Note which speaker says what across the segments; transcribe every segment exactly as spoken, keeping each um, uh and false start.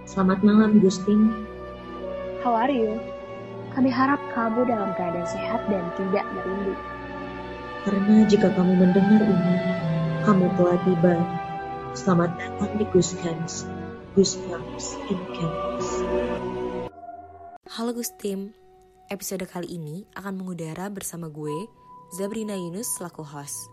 Speaker 1: Selamat malam, Gustin.
Speaker 2: How are you? Kami harap kamu dalam keadaan sehat dan tidak merindu.
Speaker 1: Karena jika kamu mendengar ini, kamu telah tiba. Selamat datang di Goosecamps. Goosecamps in Campus.
Speaker 3: Halo Gustim, episode kali ini akan mengudara bersama gue, Zabrina Yunus selaku host.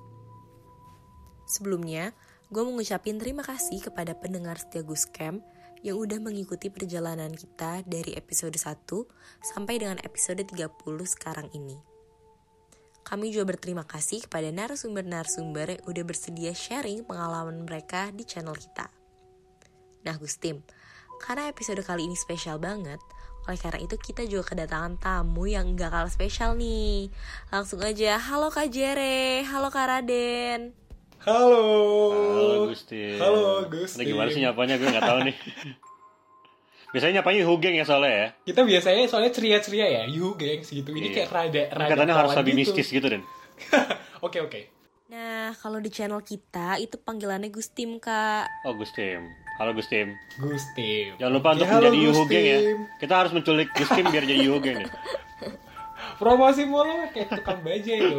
Speaker 3: Sebelumnya, gue mau ngucapin terima kasih kepada pendengar setia Goosecamp yang udah mengikuti perjalanan kita dari episode satu sampai dengan episode tiga puluh sekarang ini. Kami juga berterima kasih kepada narasumber-narasumber yang udah bersedia sharing pengalaman mereka di channel kita. Nah Gustim, karena episode kali ini spesial banget, oleh karena itu kita juga kedatangan tamu yang gak kalah spesial nih. Langsung aja, halo Kak Jere, halo Kak Raden.
Speaker 4: Halo.
Speaker 5: Halo Gustin.
Speaker 4: Halo Gustin.
Speaker 5: Ini gimana sih nyapanya, gue gak tahu nih. Biasanya nyapanya Yuhu Geng ya soalnya ya.
Speaker 4: Kita biasanya soalnya ceria-ceria ya, Yuhu Geng gitu. Ini
Speaker 5: Iya.
Speaker 4: kayak rada rada.
Speaker 5: Katanya harus lebih
Speaker 4: gitu.
Speaker 5: mistis gitu Den.
Speaker 4: Oke oke.
Speaker 3: Nah, kalau di channel kita itu panggilannya Gustim, Kak.
Speaker 5: Oh Gustim. Halo Gustim.
Speaker 4: Gustim.
Speaker 5: Jangan lupa untuk
Speaker 4: Ya, halo,
Speaker 5: menjadi Yuhu
Speaker 4: Gustim.
Speaker 5: Geng ya. Kita harus menculik Gustim biar jadi Yuhu Geng nih.
Speaker 4: Promosi mulu kayak tukang bajai itu.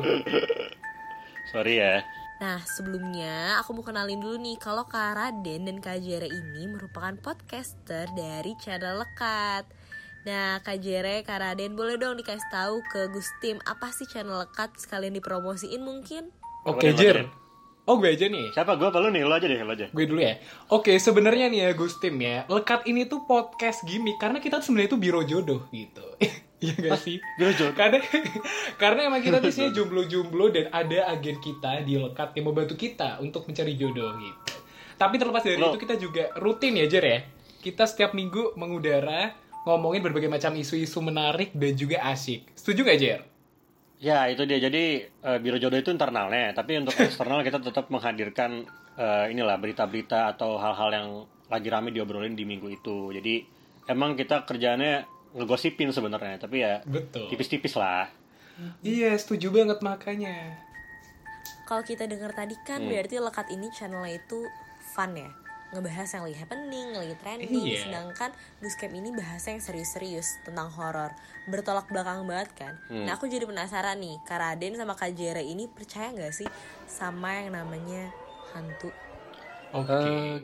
Speaker 5: Sorry ya.
Speaker 3: Nah, sebelumnya aku mau kenalin dulu nih kalau Kak Raden dan Kak Jere ini merupakan podcaster dari channel Lekat. Nah, Kak Jere, Kak Raden boleh dong dikasih tahu ke Gustim apa sih channel Lekat, sekalian dipromosiin mungkin?
Speaker 4: Oke,
Speaker 5: Apa
Speaker 4: Jer.
Speaker 5: Den?
Speaker 4: Oh, gue aja nih.
Speaker 5: Siapa gue apa lu nih? Lu aja deh, lu aja.
Speaker 4: Gue dulu ya. Oke, sebenarnya nih ya Gustim ya. Lekat ini tuh podcast gimmick karena kita tuh sebenarnya tuh biro jodoh gitu. Iya gak sih?
Speaker 5: Biro jodoh?
Speaker 4: Karena karena emang kita di sini jomblo-jomblo dan ada agen kita di Lekat yang membantu kita untuk mencari jodoh gitu. Tapi terlepas dari
Speaker 5: Lo-
Speaker 4: itu kita juga rutin ya Jer ya. Kita setiap minggu mengudara ngomongin berbagai macam isu-isu menarik dan juga asik. Setuju gak Jer?
Speaker 5: Ya itu dia. Jadi eh, Biro Jodoh itu internalnya. Tapi untuk eksternal kita tetap menghadirkan eh, inilah berita-berita atau hal-hal yang lagi rame diobrolin di minggu itu. Jadi emang kita kerjaannya ngegosipin sebenarnya. Tapi ya
Speaker 4: Betul.
Speaker 5: tipis-tipis lah.
Speaker 4: Iya, setuju banget makanya.
Speaker 3: Kalau kita dengar tadi kan
Speaker 5: Hmm.
Speaker 3: berarti Lekat ini channelnya itu fun ya, ngebahas yang lagi happening, yang lagi trending.
Speaker 4: Iya.
Speaker 3: Sedangkan Goosecamp ini bahasa yang serius-serius tentang horor, bertolak belakang banget kan.
Speaker 5: Hmm.
Speaker 3: Nah aku jadi penasaran nih, Kak Raden sama Kak Jere ini percaya nggak sih sama yang namanya hantu?
Speaker 4: Oke.
Speaker 5: Eh,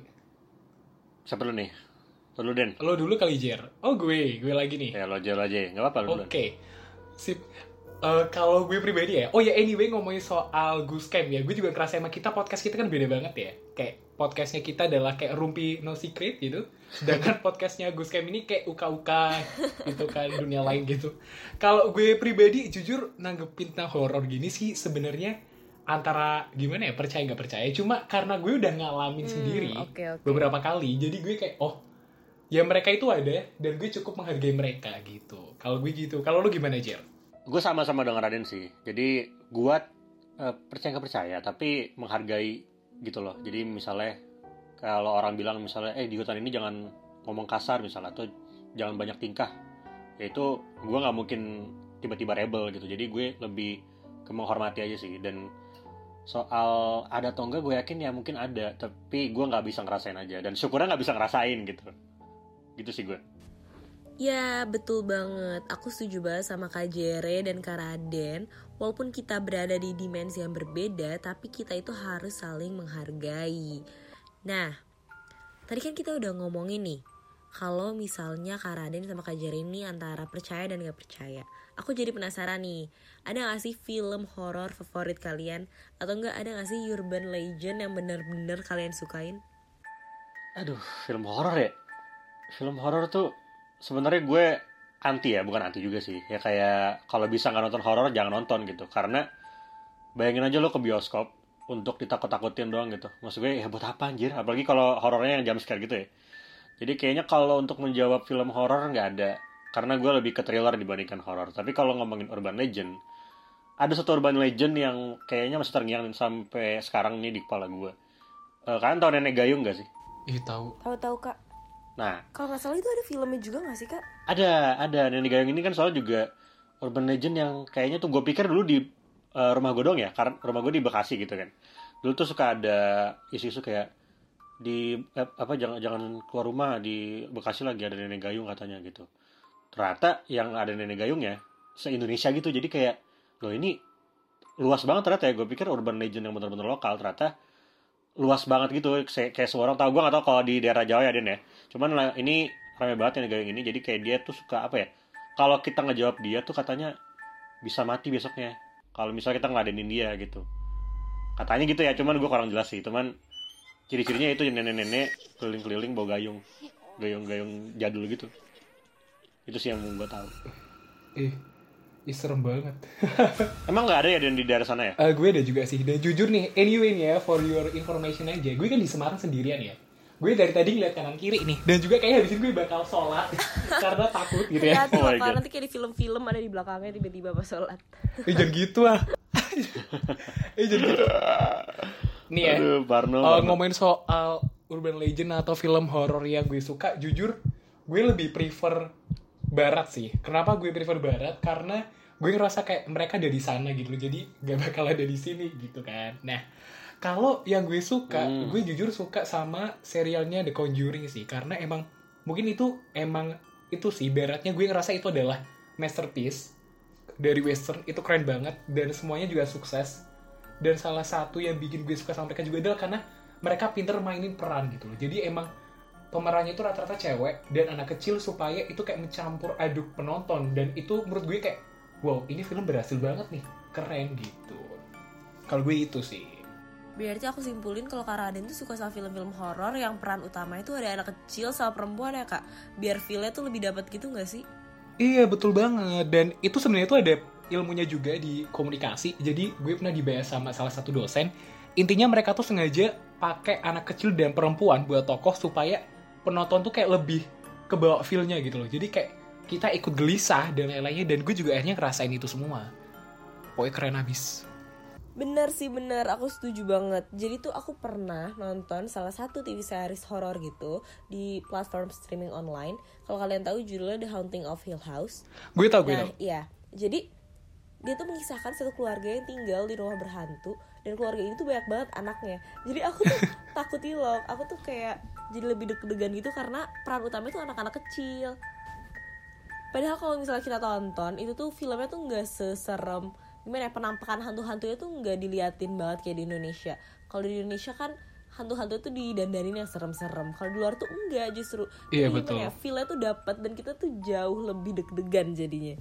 Speaker 5: Siapa lu nih? Lu Den?
Speaker 4: Lo dulu kali Jer. Oh gue, gue lagi nih.
Speaker 5: Ya lo aja, lo aja. Gak apa-apa lu duluan.
Speaker 4: Oke, sip. Eh, kalau gue pribadi ya, oh ya anyway ngomongin soal Goosecamp ya, gue juga kerasa emang kita podcast kita kan beda banget ya. Kayak podcastnya kita adalah kayak Rumpi No Secret gitu, sedangkan podcastnya Goosecamp ini kayak uka-uka gitu kan, dunia lain gitu. Kalau gue pribadi jujur nanggepin tentang horor gini sih sebenarnya antara gimana ya, percaya nggak percaya. Cuma karena gue udah ngalamin
Speaker 3: Hmm,
Speaker 4: sendiri
Speaker 3: oke, oke.
Speaker 4: beberapa kali, jadi gue kayak oh ya mereka itu ada dan gue cukup menghargai mereka gitu. Kalau gue gitu, kalau lu gimana Jer?
Speaker 5: Gue sama-sama dengan Raden sih. Jadi gue eh, percaya nggak percaya, tapi menghargai gitu loh. Jadi misalnya kalau orang bilang misalnya, eh di hutan ini jangan ngomong kasar misalnya, atau jangan banyak tingkah, ya itu gue nggak mungkin tiba-tiba rebel gitu. Jadi gue lebih ke menghormati aja sih. Dan soal ada atau enggak, gue yakin ya mungkin ada, tapi gue nggak bisa ngerasain aja. Dan syukurnya nggak bisa ngerasain gitu. Gitu sih gue.
Speaker 3: Ya betul banget, aku setuju banget sama Kak Jere dan Kak Raden. Walaupun kita berada di dimensi yang berbeda, tapi kita itu harus saling menghargai. Nah, tadi kan kita udah ngomongin nih, kalau misalnya Kak Raden sama Kak Jere ini antara percaya dan gak percaya. Aku jadi penasaran nih, ada gak sih film horor favorit kalian? Atau enggak ada gak sih urban legend yang bener-bener kalian sukain?
Speaker 5: Aduh, film horor ya. Film horor tuh sebenarnya gue anti ya, bukan anti juga sih. Ya kayak kalau bisa nggak nonton horor jangan nonton gitu. Karena bayangin aja lo ke bioskop untuk ditakut-takutin doang gitu. Maksud gue ya buat apa anjir? Apalagi kalau horornya yang jump scare gitu ya. Jadi kayaknya kalau untuk menjawab film horor nggak ada. Karena gue lebih ke thriller dibandingkan horor. Tapi kalau ngomongin urban legend, ada satu urban legend yang kayaknya masih terngiang sampai sekarang nih di kepala gue. Eh, kalian tau Nenek Gayung nggak sih?
Speaker 4: Ih tahu.
Speaker 3: Tahu-tahu Kak,
Speaker 5: Nah,
Speaker 3: kalau nggak salah itu ada filmnya juga nggak sih Kak?
Speaker 5: ada, ada. Nenek Gayung ini kan soalnya juga urban legend yang kayaknya tuh gue pikir dulu di uh, rumah gue doang ya. Karena rumah gue di Bekasi gitu kan. Dulu tuh suka ada isu-isu kayak di eh, apa jangan jangan keluar rumah, di Bekasi lagi ada nenek gayung katanya gitu. Ternyata yang ada nenek gayungnya se-Indonesia gitu. Jadi kayak loh ini luas banget ternyata ya. Gue pikir urban legend yang benar-benar lokal, ternyata luas banget gitu. Kayak kayak semua orang tahu. Gue nggak tahu kalau di daerah Jawa ya Den ya. Cuman lah, ini ramai banget nenek gayung ini. Jadi kayak dia tuh suka apa ya? Kalau kita ngejawab dia tuh katanya bisa mati besoknya. Kalau misalnya kita ngeladenin dia gitu. Katanya gitu ya. Cuman gue kurang jelas sih. Cuman ciri-cirinya itu nenek-nenek keliling-keliling bawa gayung. Gayung-gayung jadul gitu. Itu sih yang gue tahu.
Speaker 4: Eh, ih serem banget.
Speaker 5: Emang nggak ada ya di daerah sana ya?
Speaker 4: Uh, gue ada juga sih. Dan jujur nih, anyway nih ya, for your information aja, gue kan di Semarang sendirian ya. Gue dari tadi ngeliat kanan kiri nih, dan juga kayaknya habis ini gue bakal sholat karena takut gitu ya.
Speaker 3: Hati-hati
Speaker 5: Oh my
Speaker 3: loh,
Speaker 5: God.
Speaker 3: nanti kayak di film-film ada di belakangnya tiba-tiba pas sholat.
Speaker 4: Eh jangan gitu ah. Eh jangan gitu. Nih ya,
Speaker 5: Aduh, Parno,
Speaker 4: uh,
Speaker 5: Parno.
Speaker 4: ngomongin soal urban legend atau film horor yang gue suka, jujur gue lebih prefer barat sih. Kenapa gue prefer barat? Karena gue ngerasa kayak mereka ada di sana gitu loh, jadi gak bakal ada di sini gitu kan. Nah, kalau yang gue suka,
Speaker 5: Hmm.
Speaker 4: gue jujur suka sama serialnya The Conjuring sih, karena emang mungkin itu emang itu sih baratnya, gue ngerasa itu adalah masterpiece dari western, itu keren banget dan semuanya juga sukses. Dan salah satu yang bikin gue suka sama mereka juga adalah karena mereka pinter mainin peran gitu loh. Jadi emang pemerannya itu rata-rata cewek dan anak kecil, supaya itu kayak mencampur aduk penonton, dan itu menurut gue kayak wow, ini film berhasil banget nih, keren gitu. Kalau gue itu sih.
Speaker 3: Berarti aku simpulin kalau Kak Raden tuh suka sama film-film horor yang peran utama itu ada anak kecil sama perempuan ya Kak. Biar feel-nya tuh lebih dapat gitu gak sih?
Speaker 4: Iya betul banget, dan itu sebenarnya tuh ada ilmunya juga di komunikasi. Jadi gue pernah dibahas sama salah satu dosen. Intinya mereka tuh sengaja pakai anak kecil dan perempuan buat tokoh supaya penonton tuh kayak lebih kebawa feel-nya gitu loh. Jadi kayak kita ikut gelisah dan lain-lainnya, dan gue juga akhirnya ngerasain itu semua. Pokoknya keren abis.
Speaker 3: Bener sih, bener, aku setuju banget. Jadi tuh aku pernah nonton salah satu T V series horor gitu di platform streaming online. Kalau kalian tahu judulnya The Haunting of Hill House.
Speaker 4: Gue tau, gue
Speaker 3: Nah,
Speaker 4: tau.
Speaker 3: iya. Jadi dia tuh mengisahkan satu keluarga yang tinggal di rumah berhantu, dan keluarga ini tuh banyak banget anaknya. Jadi aku tuh takut loh. Aku tuh kayak jadi lebih deg-degan gitu karena peran utamanya tuh anak-anak kecil. Padahal kalau misalnya kita tonton, itu tuh filmnya tuh nggak seserem, gimana ya, penampakan hantu-hantunya tuh nggak diliatin banget kayak di Indonesia. Kalau di Indonesia kan hantu-hantu tuh didandanin yang serem-serem. Kalau di luar tuh enggak, justru.
Speaker 4: Iya,
Speaker 3: Jadi
Speaker 4: betul.
Speaker 3: gimana ya, feel-nya tuh dapat dan kita tuh jauh lebih deg-degan jadinya.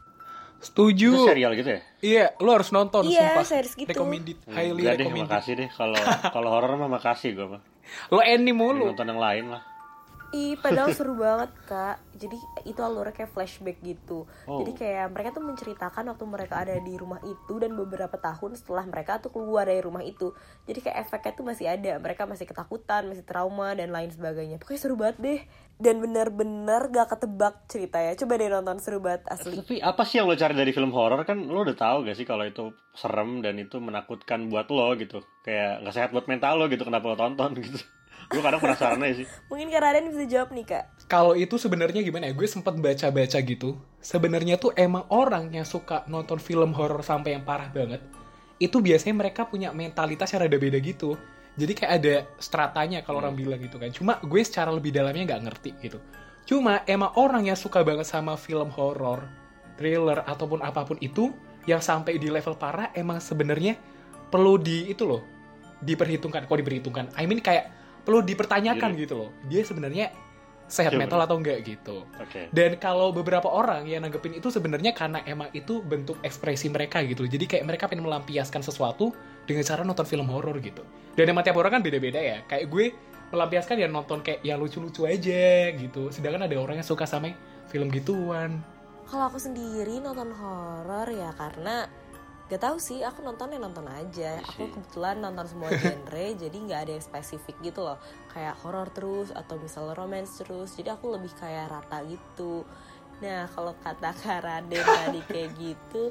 Speaker 4: Setuju.
Speaker 5: Itu serial gitu ya?
Speaker 4: Iya, lo harus nonton,
Speaker 3: Iya,
Speaker 4: sumpah.
Speaker 3: series gitu.
Speaker 4: Recommended, highly
Speaker 5: Enggak deh,
Speaker 4: recommended.
Speaker 5: makasih deh. Kalau kalau horor mah makasih gue mah.
Speaker 4: Lo anime
Speaker 5: Mending
Speaker 4: mulu.
Speaker 5: nonton yang lain lah.
Speaker 3: Ih, padahal seru banget Kak. Jadi itu alurnya kayak flashback gitu.
Speaker 5: Oh.
Speaker 3: Jadi kayak mereka tuh menceritakan waktu mereka ada di rumah itu dan beberapa tahun setelah mereka tuh keluar dari rumah itu. Jadi kayak efeknya tuh masih ada. Mereka masih ketakutan, masih trauma dan lain sebagainya. Pokoknya seru banget deh. Dan bener-bener gak ketebak ceritanya. Coba deh nonton, seru banget asli.
Speaker 5: Tapi apa sih yang lo cari dari film horor? Kan lo udah tahu gak sih kalau itu serem dan itu menakutkan buat lo gitu. Kayak gak sehat buat mental lo gitu. Kenapa lo tonton gitu? Gue kadang penasaran aja sih.
Speaker 3: Mungkin Kak Raden bisa jawab nih Kak.
Speaker 4: Kalau itu sebenarnya gimana ya? Gue sempat baca-baca gitu. Sebenarnya tuh emang orang yang suka nonton film horor sampai yang parah banget, itu biasanya mereka punya mentalitas yang rada beda gitu. Jadi kayak ada stratanya kalau orang bilang gitu kan. Cuma gue secara lebih dalamnya nggak ngerti gitu. Cuma emang orang yang suka banget sama film horor, thriller ataupun apapun itu yang sampai di level parah, emang sebenarnya perlu di itu loh, diperhitungkan. Kok diperhitungkan? I mean kayak perlu dipertanyakan
Speaker 5: Jadi-
Speaker 4: gitu loh. Dia sebenarnya sehat
Speaker 5: Iya,
Speaker 4: mental
Speaker 5: bener.
Speaker 4: atau enggak gitu.
Speaker 5: Oke.
Speaker 4: Dan kalau beberapa orang yang nanggepin itu sebenarnya karena emang itu bentuk ekspresi mereka gitu. Jadi kayak mereka pengen melampiaskan sesuatu dengan cara nonton film horor gitu. Dan emang tiap orang kan beda-beda ya. Kayak gue melampiaskan ya nonton kayak yang lucu-lucu aja gitu. Sedangkan ada orang yang suka sama film gituan.
Speaker 3: Kalau aku sendiri nonton horor ya karena gak tahu sih, aku nonton ya nonton aja. Aku kebetulan nonton semua genre, jadi nggak ada yang spesifik gitu loh. Kayak horor terus atau misalnya romance terus. Jadi aku lebih kayak rata gitu. Nah kalau kata Kak Raden tadi kayak gitu,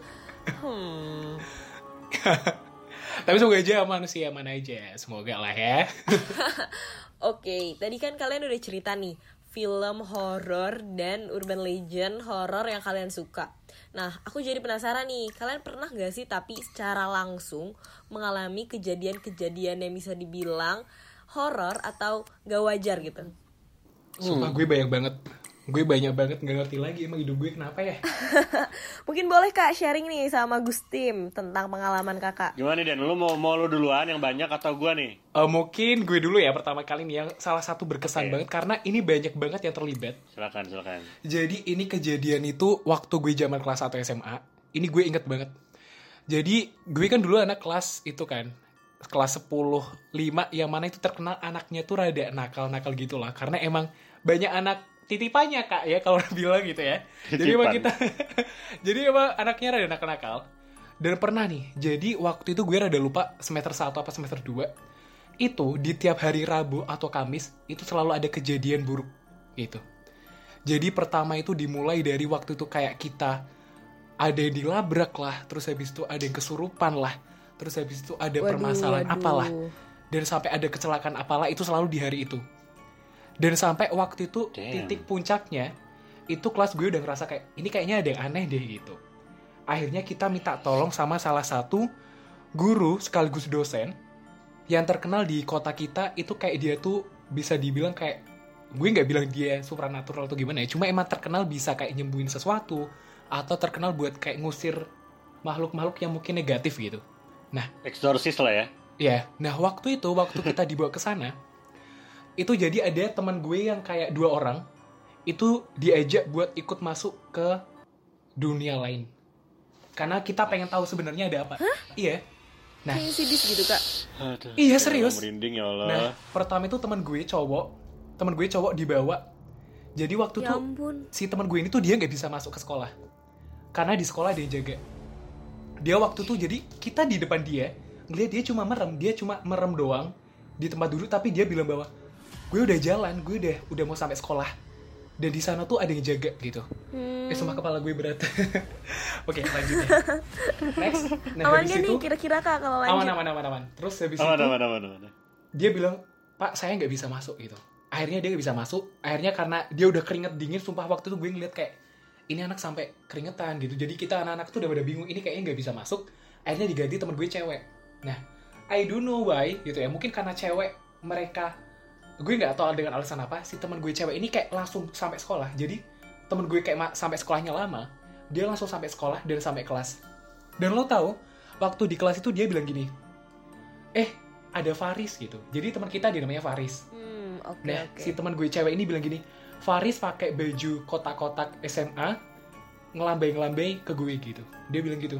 Speaker 3: hmm,
Speaker 4: Tapi semoga aja aman sih, aman aja. Semoga lah ya.
Speaker 3: oke. Tadi kan kalian udah cerita nih film horor dan urban legend horor yang kalian suka. Nah, aku jadi penasaran nih, kalian pernah gak sih tapi secara langsung mengalami kejadian-kejadian yang bisa dibilang horor atau gak wajar gitu?
Speaker 4: Sumpah gue banyak banget. Gue banyak banget gak ngerti lagi emang hidup gue kenapa ya.
Speaker 3: Mungkin boleh Kak sharing nih sama Gustim tentang pengalaman Kakak.
Speaker 5: Gimana nih Dan, lu mau mau lu duluan yang banyak atau gue nih?
Speaker 4: Uh, mungkin gue dulu ya pertama kali nih yang salah satu berkesan
Speaker 5: Oke.
Speaker 4: banget karena ini banyak banget yang terlibat.
Speaker 5: Silakan, silakan.
Speaker 4: Jadi ini kejadian itu waktu gue zaman kelas satu S M A. Ini gue inget banget. Jadi gue kan dulu anak kelas itu kan, kelas sepuluh lima yang mana itu terkenal anaknya tuh rada nakal-nakal gitu lah. Karena emang banyak anak titipannya Kak ya kalau orang bilang gitu ya. Jadi emang kita jadi emang anaknya rada nakal-nakal. Dan pernah nih, jadi waktu itu gue rada lupa semester satu apa semester dua. Itu di tiap hari Rabu atau Kamis itu selalu ada kejadian buruk gitu. Jadi pertama itu dimulai dari waktu itu kayak kita ada yang dilabrak lah, terus habis itu ada yang kesurupan lah, terus habis itu ada
Speaker 3: Waduh,
Speaker 4: permasalahan
Speaker 3: waduh.
Speaker 4: apalah. Dan sampai ada kecelakaan apalah itu selalu di hari itu. Dan sampai waktu itu
Speaker 5: Damn.
Speaker 4: titik puncaknya itu kelas gue udah ngerasa kayak ini kayaknya ada yang aneh deh gitu. Akhirnya kita minta tolong sama salah satu guru sekaligus dosen yang terkenal di kota kita. Itu kayak dia tuh bisa dibilang kayak, gue nggak bilang dia supranatural atau gimana ya, cuma emang terkenal bisa kayak nyembuhin sesuatu atau terkenal buat kayak ngusir makhluk-makhluk yang mungkin negatif gitu. Nah,
Speaker 5: Exorcist lah ya.
Speaker 4: ya, nah waktu itu waktu kita dibawa ke sana itu jadi ada teman gue yang kayak dua orang itu diajak buat ikut masuk ke dunia lain karena kita pengen tahu sebenarnya ada apa.
Speaker 3: Hah?
Speaker 4: Iya. Nah,
Speaker 3: Kayak sidis gitu Kak.
Speaker 5: Aduh,
Speaker 4: Iya,
Speaker 5: kayak
Speaker 4: serius.
Speaker 5: merinding ya Allah.
Speaker 4: nah pertama itu teman gue cowok, teman gue cowok dibawa. Jadi waktu
Speaker 3: Ya
Speaker 4: tuh
Speaker 3: ampun.
Speaker 4: si teman gue ini tuh dia nggak bisa masuk ke sekolah karena di sekolah ada yang jaga. Dia waktu tuh jadi kita di depan dia ngeliat dia cuma merem, dia cuma merem doang di tempat duduk, tapi dia bilang bahwa gue udah jalan, gue udah udah mau sampai sekolah dan di sana tuh ada yang jaga gitu.
Speaker 3: Hmm.
Speaker 4: Eh sumpah kepala gue berat. Oke lanjut ya. Next. Nah
Speaker 3: Aman
Speaker 4: habis
Speaker 3: gak
Speaker 4: itu
Speaker 3: nih kira-kira Kak kalau lanjut?
Speaker 4: aman aman aman aman. Terus habis
Speaker 5: Aman,
Speaker 4: itu
Speaker 5: aman, aman, aman.
Speaker 4: dia bilang, Pak saya nggak bisa masuk gitu. Akhirnya dia nggak bisa masuk. Akhirnya karena dia udah keringet dingin, sumpah waktu itu gue ngeliat kayak ini anak sampai keringetan gitu. Jadi kita anak-anak tuh udah pada bingung, ini kayaknya nggak bisa masuk. Akhirnya diganti teman gue cewek. Nah, I don't know why gitu ya. Mungkin karena cewek mereka, gue nggak tahu dengan alasan apa, si teman gue cewek ini kayak langsung sampai sekolah. Jadi teman gue kayak ma- sampai sekolahnya lama, dia langsung sampai sekolah dan sampai kelas. Dan lo tahu, waktu di kelas itu dia bilang gini, eh ada Faris gitu. Jadi teman kita dia namanya Faris.
Speaker 3: Hmm, oke
Speaker 4: Nah,
Speaker 3: oke.
Speaker 4: si teman gue cewek ini bilang gini, Faris pakai baju kotak-kotak S M A, ngelambai-ngelambai ke gue gitu. Dia bilang gitu.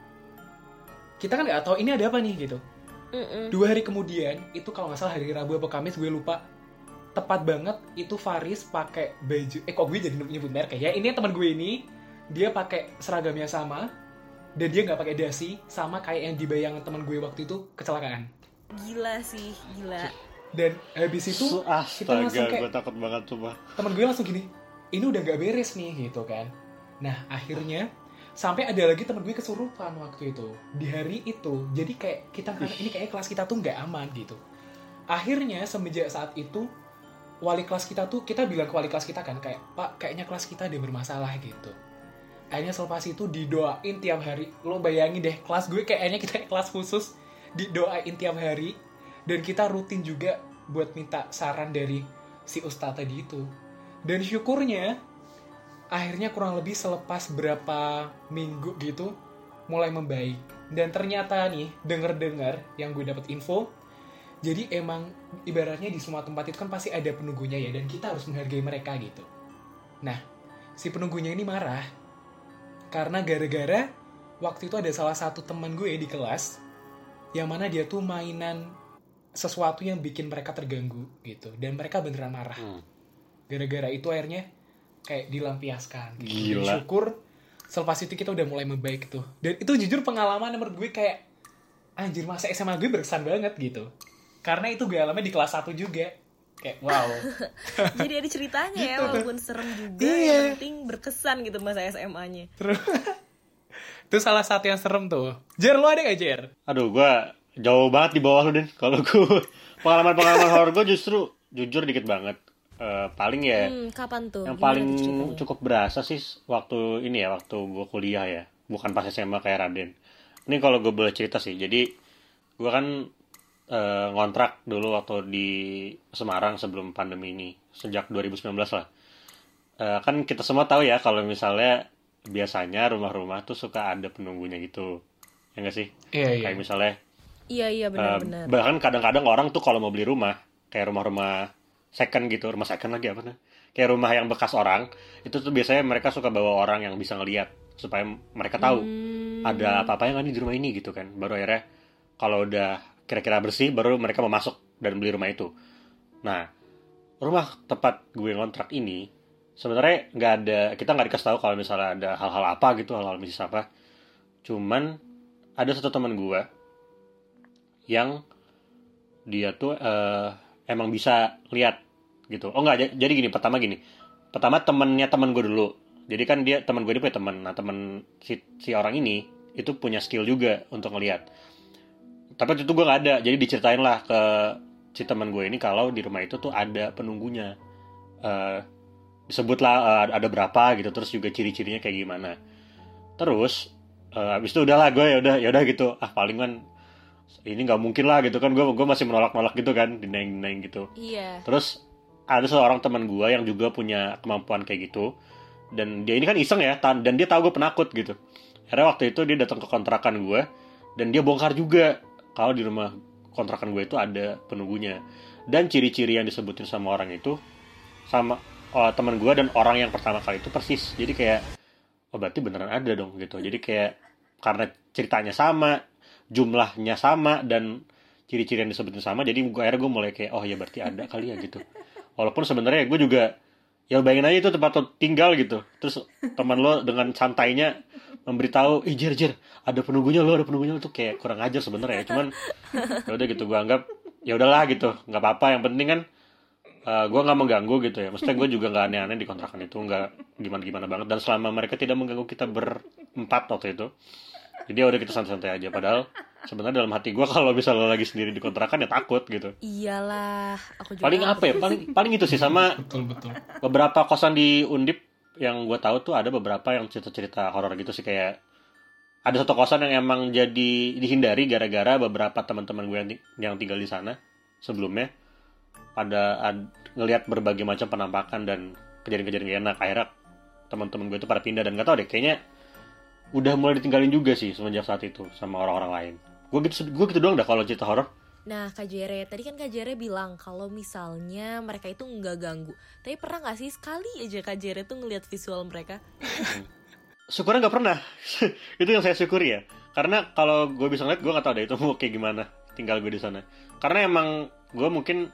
Speaker 4: Kita kan nggak tahu ini ada apa nih gitu.
Speaker 3: Mm-mm.
Speaker 4: Dua hari kemudian, itu kalau nggak salah hari Rabu atau Kamis, gue lupa. Tepat banget, itu Faris pakai baju, eh kok gue jadi nyebut merek ya. Ini teman gue ini, dia pakai seragamnya sama, dan dia nggak pakai dasi, sama kayak yang di bayangan teman gue waktu itu kecelakaan.
Speaker 3: Gila sih, gila.
Speaker 4: Dan habis itu, kita langsung
Speaker 5: Astaga,
Speaker 4: kayak,
Speaker 5: gue takut banget coba.
Speaker 4: teman gue langsung gini, ini udah gak beres nih gitu kan. Nah akhirnya sampai ada lagi teman gue kesurupan waktu itu di hari itu. Jadi kayak kita ngerasa ini kayak kelas kita tuh nggak aman gitu. Akhirnya semenjak saat itu wali kelas kita tuh, kita bilang ke wali kelas kita kan kayak, Pak kayaknya kelas kita ada yang bermasalah gitu. Akhirnya selepas itu didoain tiap hari. Lo bayangin deh, kelas gue kayaknya kita kelas khusus didoain tiap hari. Dan kita rutin juga buat minta saran dari si ustadz tadi itu. Dan syukurnya akhirnya kurang lebih selepas berapa minggu gitu mulai membaik. Dan ternyata nih, denger-dengar yang gue dapet info, jadi emang ibaratnya di semua tempat itu kan pasti ada penunggunya ya, dan kita harus menghargai mereka gitu. Nah, si penunggunya ini marah karena gara-gara waktu itu ada salah satu teman gue di kelas yang mana dia tuh mainan sesuatu yang bikin mereka terganggu gitu, dan mereka beneran marah.
Speaker 5: Hmm.
Speaker 4: Gara-gara itu akhirnya kayak dilampiaskan gitu.
Speaker 5: Gila.
Speaker 4: Dan syukur selepas itu kita udah mulai membaik tuh. Dan itu jujur pengalaman menurut gue kayak anjir, masa S M A gue berkesan banget gitu. Karena itu gue alami di kelas satu juga. Kayak wow.
Speaker 3: Jadi ada ceritanya ya,
Speaker 4: Gitu.
Speaker 3: walaupun serem juga,
Speaker 4: Iya.
Speaker 3: yang penting berkesan gitu masa S M A-nya.
Speaker 4: Terus itu salah satu yang serem tuh. Jer, lo ada gak Jer?
Speaker 5: Aduh, gue jauh banget di bawah lu, Den. Kalau gue pengalaman-pengalaman horor gue justru jujur dikit banget. Eh, paling ya
Speaker 3: Hmm, kapan tuh?
Speaker 5: yang
Speaker 3: Gimana
Speaker 5: paling
Speaker 3: tuh ceritanya?
Speaker 5: cukup berasa sih waktu ini ya, waktu gue kuliah ya, bukan pas S M A kayak Raden. Ini kalau gue boleh cerita sih, jadi gue kan uh, ngontrak dulu waktu di Semarang sebelum pandemi ini, sejak dua ribu sembilan belas lah. Uh, kan kita semua tahu ya kalau misalnya biasanya rumah-rumah tuh suka ada penunggunya gitu, ya nggak sih?
Speaker 4: Iya, iya.
Speaker 5: Kayak misalnya,
Speaker 3: Iya iya
Speaker 5: uh,
Speaker 3: benar-benar.
Speaker 5: bahkan kadang-kadang orang tuh kalau mau beli rumah, kayak rumah-rumah second gitu, rumah second lagi apa tuh? Kayak rumah yang bekas orang, itu tuh biasanya mereka suka bawa orang yang bisa ngelihat supaya mereka tahu
Speaker 3: Hmm.
Speaker 5: ada apa-apa yang ada di rumah ini gitu kan. Baru akhirnya kalau udah kira-kira bersih, baru mereka mau masuk dan beli rumah itu. Nah, rumah tempat gue ngontrak ini sebenarnya nggak ada, kita nggak dikasih tahu kalau misalnya ada hal-hal apa gitu, hal-hal mistis apa. Cuman ada satu teman gue yang dia tuh eh, emang bisa lihat gitu. Oh nggak, j- jadi gini, pertama gini. Pertama temennya teman gue dulu. Jadi kan dia teman gue ini punya teman. Nah teman si, si orang ini itu punya skill juga untuk ngelihat. Tapi waktu itu gue nggak ada. Jadi diceritain lah ke si teman gue ini kalau di rumah itu tuh ada penunggunya. Eh disebutlah eh, ada berapa gitu. Terus juga ciri-cirinya kayak gimana. Terus eh, abis itu udahlah gue ya udah ya udah gitu. Ah paling kan ini nggak mungkin lah gitu kan. Gue gue masih menolak-nolak gitu kan, dinaing-dinaing gitu.
Speaker 3: Iya.
Speaker 5: Terus ada seorang teman gue yang juga punya kemampuan kayak gitu, dan dia ini kan iseng ya, tan- dan dia tahu gue penakut gitu. Akhirnya waktu itu dia datang ke kontrakan gue, dan dia bongkar juga kalau di rumah kontrakan gue itu ada penunggunya. Dan ciri-ciri yang disebutin sama orang itu sama oh, teman gue dan orang yang pertama kali itu persis. Jadi kayak oh berarti beneran ada dong gitu. Jadi kayak karena ceritanya sama, jumlahnya sama, dan ciri-ciri yang disebutin sama, jadi gue akhirnya gue mulai kayak oh ya berarti ada kali ya gitu. Walaupun sebenarnya gue juga ya bayangin aja itu tempat lo tinggal gitu, terus teman lo dengan santainya memberitahu, ih Jer Jer ada penunggunya lo, ada penunggunya lo, tuh kayak kurang ajar sebenarnya. Cuman ya udah gitu, gue anggap ya udahlah gitu, nggak apa-apa. Yang penting kan uh, gue nggak mengganggu gitu ya. Maksudnya gue juga nggak aneh-aneh di kontrakan itu, nggak gimana-gimana banget. Dan selama mereka tidak mengganggu kita berempat waktu itu, jadi ya udah kita santai-santai aja. Padahal sebenarnya dalam hati gue kalau misalnya lagi sendiri di kontrakan ya takut gitu.
Speaker 3: Iyalah, aku juga.
Speaker 5: Paling apa ya? Paling paling itu sih. Sama
Speaker 4: Betul betul.
Speaker 5: beberapa kosan di Undip yang gue tahu tuh ada beberapa yang cerita-cerita horor gitu sih. Kayak ada satu kosan yang emang jadi dihindari gara-gara beberapa teman-teman gue yang, yang tinggal di sana sebelumnya pada ad, ngelihat berbagai macam penampakan dan kejadian-kejadian gak enak. Akhirnya teman-teman gue itu pada pindah, dan gak tau deh, kayaknya udah mulai ditinggalin juga sih semenjak saat itu sama orang-orang lain. Gue gitu, gue gitu doang dah kalau cerita horor.
Speaker 3: Nah, Kak Jere, tadi kan Kak Jere bilang kalau misalnya mereka itu nggak ganggu. Tapi pernah nggak sih sekali aja Kak Jere tuh ngelihat visual mereka?
Speaker 5: Syukurnya nggak pernah. Itu yang saya syukuri ya. Karena kalau gue bisa ngeliat, gue nggak tahu deh itu mau kayak gimana tinggal gue di sana. Karena emang gue mungkin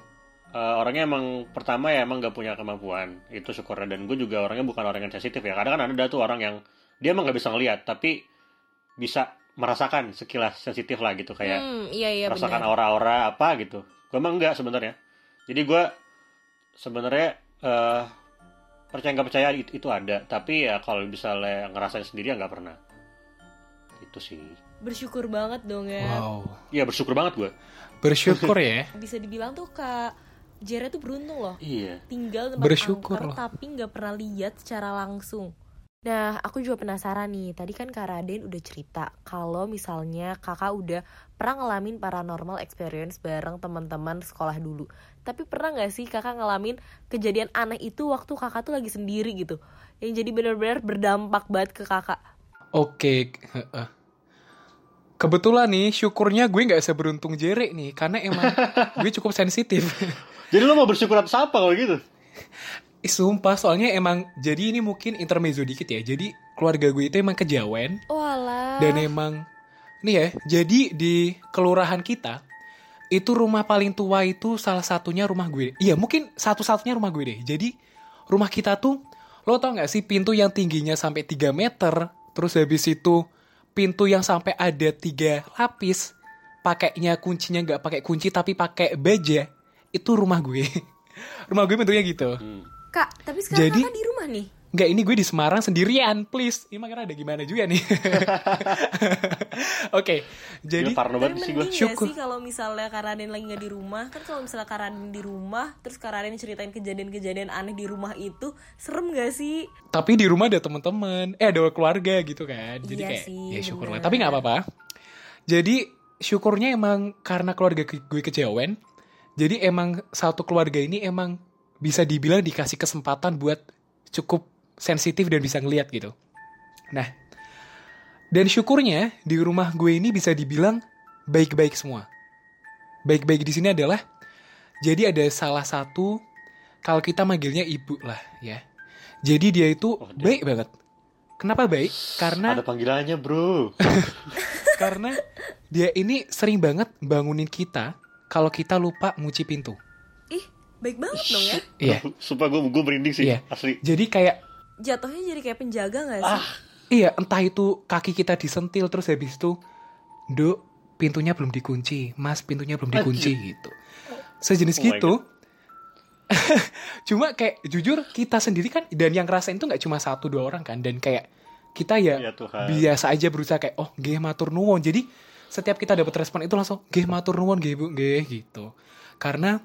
Speaker 5: uh, orangnya emang pertama ya emang nggak punya kemampuan. Itu syukurnya. Dan gue juga orangnya bukan orang yang sensitif ya. Kadang kan ada tuh orang yang dia emang nggak bisa ngeliat, tapi bisa merasakan sekilas sensitif lah gitu, kayak
Speaker 3: Hmm, iya iya
Speaker 5: merasakan
Speaker 3: benar.
Speaker 5: aura-aura apa gitu. Gue emang enggak sebenarnya. Jadi gue sebenarnya uh, percaya nggak percaya itu, itu ada, tapi ya kalau misalnya ngerasain sendiri ya nggak pernah. Itu sih.
Speaker 3: Bersyukur banget dong ya.
Speaker 4: Wow.
Speaker 5: Iya bersyukur banget gue.
Speaker 4: Bersyukur ya.
Speaker 3: Bisa dibilang tuh Kak Jere tuh beruntung loh.
Speaker 5: Iya.
Speaker 3: Tinggal tempat
Speaker 4: Bersyukur
Speaker 3: angker
Speaker 4: loh.
Speaker 3: tapi nggak pernah lihat secara langsung. Nah, aku juga penasaran nih. Tadi kan Kak Raden udah cerita kalau misalnya kakak udah pernah ngalamin paranormal experience bareng teman-teman sekolah dulu. Tapi pernah nggak sih kakak ngalamin kejadian aneh itu waktu kakak tuh lagi sendiri gitu, yang jadi benar-benar berdampak banget ke kakak?
Speaker 4: Oke. heeh. Kebetulan nih, syukurnya gue nggak seberuntung Jere nih, karena emang gue cukup sensitif.
Speaker 5: Jadi lo mau bersyukur atas apa kalau gitu?
Speaker 4: Ih, sumpah, soalnya emang, jadi ini mungkin intermezzo dikit ya. Jadi keluarga gue itu emang kejawen.
Speaker 3: Walah.
Speaker 4: Dan emang, nih ya, jadi di kelurahan kita, itu rumah paling tua itu salah satunya rumah gue. Iya, mungkin satu-satunya rumah gue deh. Jadi, rumah kita tuh, lo tau gak sih pintu yang tingginya sampai tiga meter, terus habis itu pintu yang sampai ada tiga lapis, pakainya kuncinya gak pakai kunci tapi pakai baja, itu rumah gue. Rumah gue bentuknya gitu.
Speaker 5: Hmm.
Speaker 3: Kak, tapi sekarang
Speaker 4: Jadi-
Speaker 3: kakak di rumah nih.
Speaker 4: Enggak, ini gue di Semarang sendirian, please. Ini makanya ada gimana juga nih. Oke, jadi
Speaker 5: Gila, parno
Speaker 3: Tapi
Speaker 5: banget sih gue.
Speaker 3: mending gak
Speaker 4: Syukur.
Speaker 3: sih kalau misalnya Kak Raden lagi gak di rumah? Kan kalau misalnya Kak Raden di rumah, terus Kak Raden ceritain kejadian-kejadian aneh di rumah itu, serem gak sih?
Speaker 4: tapi di rumah ada teman-teman, eh ada keluarga gitu kan. Jadi
Speaker 3: Iya
Speaker 4: kayak
Speaker 3: sih,
Speaker 4: ya syukur lah.
Speaker 3: bener.
Speaker 4: Tapi nggak apa-apa. Jadi syukurnya emang karena keluarga gue kejawen, jadi emang satu keluarga ini emang bisa dibilang dikasih kesempatan buat cukup sensitif dan bisa ngelihat gitu. Nah, dan syukurnya di rumah gue ini bisa dibilang baik-baik semua. Baik-baik di sini adalah, jadi ada salah satu, kalau kita manggilnya ibu lah ya. Jadi dia itu oh, dia. baik banget. Kenapa baik? Karena
Speaker 5: ada panggilannya bro.
Speaker 4: Karena dia ini sering banget bangunin kita kalau kita lupa ngunci pintu.
Speaker 3: Ih, baik banget dong ya.
Speaker 4: Iya.
Speaker 5: Sumpah gue gue merinding sih,
Speaker 4: iya.
Speaker 5: Asli.
Speaker 4: Jadi kayak
Speaker 3: jatuhnya jadi kayak penjaga gak sih?
Speaker 5: Ah.
Speaker 4: Iya, entah itu kaki kita disentil terus habis itu, Duk, pintunya belum dikunci. Mas, pintunya belum dikunci gitu. Sejenis oh gitu. Cuma kayak jujur kita sendiri kan, dan yang ngerasain itu gak cuma satu dua orang kan, dan kayak kita ya, ya biasa aja berusaha kayak oh nggih matur nuwun. Jadi setiap kita dapat respon itu langsung nggih matur nuwun nggih Bu nggih gitu. Karena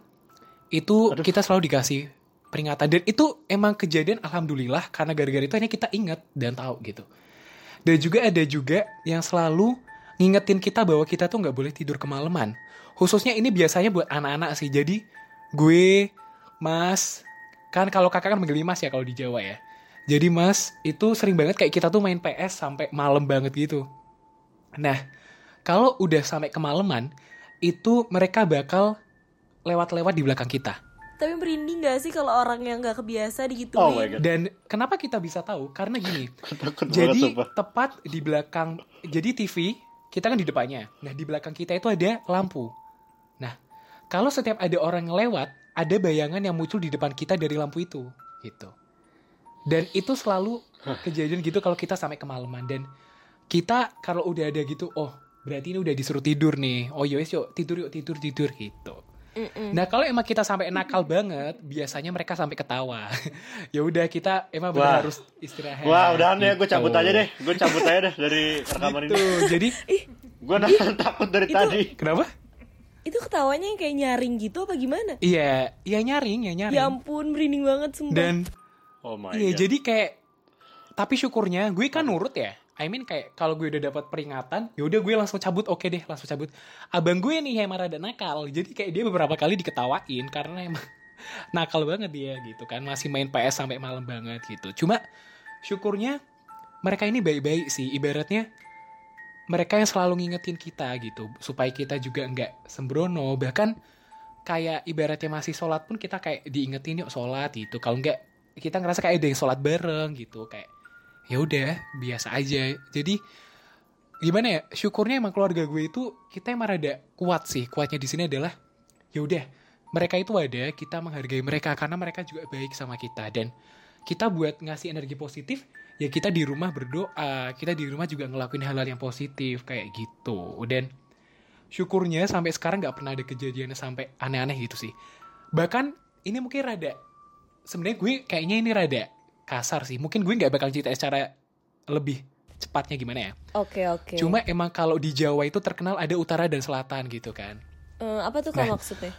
Speaker 4: itu Aduh. kita selalu dikasih peringatan, dan itu emang kejadian alhamdulillah karena gara-gara itu hanya kita ingat dan tahu gitu. Dan juga ada juga yang selalu ngingetin kita bahwa kita tuh nggak boleh tidur kemalaman. Khususnya ini biasanya buat anak-anak sih. Jadi gue, Mas, kan kalau kakak kan manggil Mas ya kalau di Jawa ya. Jadi Mas itu sering banget kayak kita tuh main P S sampai malam banget gitu. Nah, kalau udah sampai kemalaman, itu mereka bakal lewat-lewat di belakang kita.
Speaker 3: Tapi merinding gak sih kalau orang yang gak kebiasa digituin?
Speaker 5: Oh my God.
Speaker 4: Dan kenapa kita bisa tahu? Karena gini, jadi tepat di belakang, jadi T V, kita kan di depannya. Nah, di belakang kita itu ada lampu. Nah, kalau setiap ada orang yang lewat, ada bayangan yang muncul di depan kita dari lampu itu. Gitu. Dan itu selalu kejadian gitu kalau kita sampai kemalaman. Dan kita kalau udah ada gitu, oh berarti ini udah disuruh tidur nih. Oh yowes yuk, tidur yuk, tidur, tidur gitu. Mm-mm. Nah kalau emang kita sampai nakal banget, biasanya mereka sampai ketawa. Ya udah kita emang benar harus istirahat.
Speaker 5: Wah udahan gitu. Ya, gue cabut aja deh, gue cabut aja deh dari rekaman gitu.
Speaker 4: ini. Jadi,
Speaker 5: gue nahan takut dari
Speaker 3: itu,
Speaker 5: tadi.
Speaker 4: Kenapa?
Speaker 3: Itu ketawanya yang kayak nyaring gitu apa gimana?
Speaker 4: Iya, iya nyaring, ya nyaring.
Speaker 3: Ya ampun, merinding banget sumpah.
Speaker 4: Dan,
Speaker 5: oh my
Speaker 4: iya
Speaker 5: God.
Speaker 4: jadi kayak, tapi syukurnya gue kan nurut ya. I mean kayak kalau gue udah dapat peringatan, ya udah gue langsung cabut, oke deh, langsung cabut. Abang gue nih yang marah dan nakal, jadi kayak dia beberapa kali diketawain karena emang nakal banget dia gitu kan, masih main P S sampai malam banget gitu. Cuma syukurnya mereka ini baik-baik sih, ibaratnya mereka yang selalu ngingetin kita gitu, supaya kita juga nggak sembrono. Bahkan kayak ibaratnya masih sholat pun kita kayak diingetin yuk sholat gitu. Kalau nggak kita ngerasa kayak ada yang sholat bareng gitu, kayak ya udah biasa aja. Jadi gimana ya, syukurnya emang keluarga gue itu kita emang rada kuat sih. Kuatnya di sini adalah ya udah mereka itu ada, kita menghargai mereka karena mereka juga baik sama kita. Dan kita buat ngasih energi positif ya, kita di rumah berdoa, kita di rumah juga ngelakuin hal-hal yang positif kayak gitu. Dan syukurnya sampai sekarang nggak pernah ada kejadian sampai aneh-aneh gitu sih. Bahkan ini mungkin rada, sebenarnya gue kayaknya ini rada kasar sih. Mungkin gue gak bakal cerita secara lebih cepatnya gimana ya.
Speaker 3: Oke, okay, oke. Okay.
Speaker 4: Cuma emang kalau di Jawa itu terkenal ada utara dan selatan gitu kan.
Speaker 3: Uh, apa tuh kalau nah, maksudnya?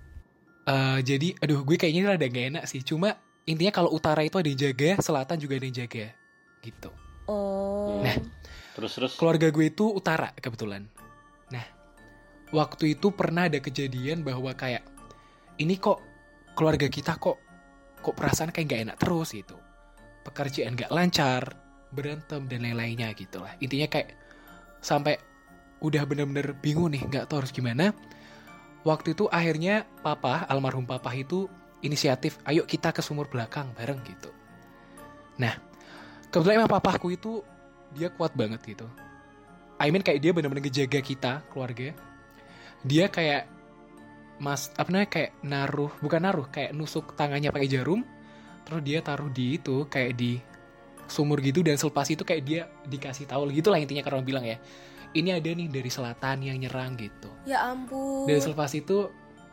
Speaker 4: Uh, jadi, aduh gue kayaknya rada gak enak sih. Cuma intinya kalau utara itu ada yang jaga, selatan juga ada yang jaga. Gitu.
Speaker 3: Oh.
Speaker 4: Nah,
Speaker 5: terus-terus
Speaker 4: keluarga gue itu utara kebetulan. Nah, waktu itu pernah ada kejadian bahwa kayak, ini kok keluarga kita kok, kok perasaan kayak gak enak terus gitu. Pekerjaan gak lancar, berantem dan lain-lainnya gitu lah. Intinya kayak sampai udah bener-bener bingung nih, gak tahu harus gimana. Waktu itu akhirnya papa, almarhum papa itu inisiatif, ayo kita ke sumur belakang bareng gitu. Nah, kebetulan emang papaku itu dia kuat banget gitu. I mean kayak dia bener-bener ngejaga kita, keluarga. Dia kayak mas, apa namanya, kayak naruh, bukan naruh, kayak nusuk tangannya pakai jarum. Terus dia taruh di itu kayak di sumur gitu, dan selepas itu kayak dia dikasih tahu gitu lah intinya, karena orang bilang ya ini ada nih dari selatan yang nyerang gitu.
Speaker 3: Ya ampun.
Speaker 4: Dan selepas itu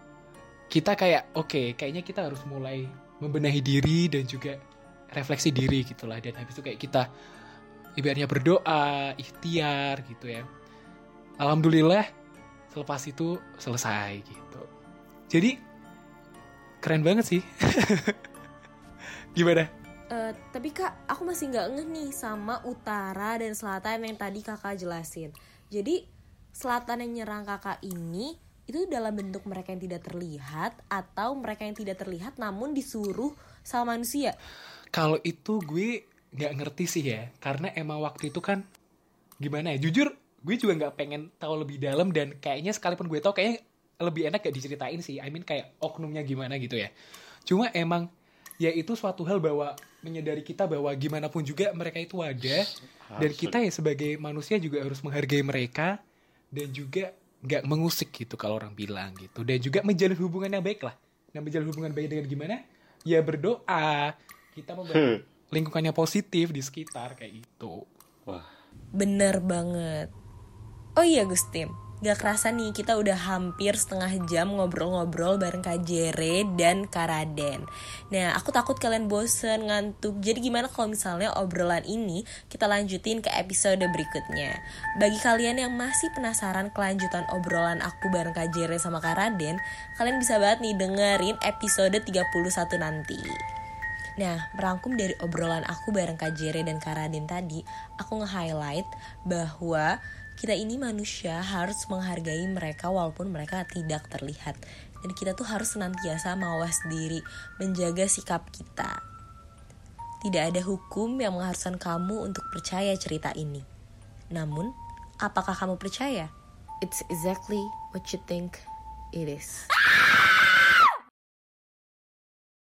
Speaker 4: kita kayak oke, okay, kayaknya kita harus mulai membenahi diri dan juga refleksi diri gitulah. Dan habis itu kayak kita ibaratnya berdoa, ikhtiar gitu ya. Alhamdulillah selepas itu selesai gitu. Jadi keren banget sih. Gimana?
Speaker 3: Uh, tapi kak, aku masih nggak ngeh nih sama utara dan selatan yang tadi kakak jelasin. Jadi Selatan yang nyerang kakak ini itu dalam bentuk mereka yang tidak terlihat atau mereka yang tidak terlihat namun disuruh sama manusia?
Speaker 4: Kalau itu gue nggak ngerti sih ya, karena emang waktu itu kan gimana ya, jujur gue juga nggak pengen tahu lebih dalam, dan kayaknya sekalipun gue tahu kayaknya lebih enak gak diceritain sih. I mean kayak oknumnya gimana gitu ya. Cuma emang ya itu suatu hal bahwa menyadari kita bahwa gimana pun juga mereka itu ada, dan kita ya sebagai manusia juga harus menghargai mereka dan juga nggak mengusik gitu kalau orang bilang gitu, dan juga menjalin hubungan yang baik lah. Nah, menjalin hubungan baik dengan gimana? Ya berdoa, kita membangun lingkungannya positif di sekitar kayak gitu.
Speaker 5: Wah,
Speaker 3: bener banget. Oh iya Gustim, gak kerasa nih kita udah hampir setengah jam ngobrol-ngobrol bareng Kak Jere dan Kak Raden. Nah, aku takut kalian bosen, ngantuk. Jadi gimana kalau misalnya obrolan ini kita lanjutin ke episode berikutnya. Bagi kalian yang masih penasaran kelanjutan obrolan aku bareng Kak Jere sama Kak Raden, kalian bisa banget nih dengerin episode tiga puluh satu nanti. Nah, merangkum dari obrolan aku bareng Kak Jere dan Kak Raden tadi, aku nge-highlight bahwa kita ini manusia harus menghargai mereka walaupun mereka tidak terlihat. Dan kita tuh harus senantiasa mawas diri, menjaga sikap kita. Tidak ada hukum yang mengharuskan kamu untuk percaya cerita ini. Namun, apakah kamu percaya? It's exactly what you think it is.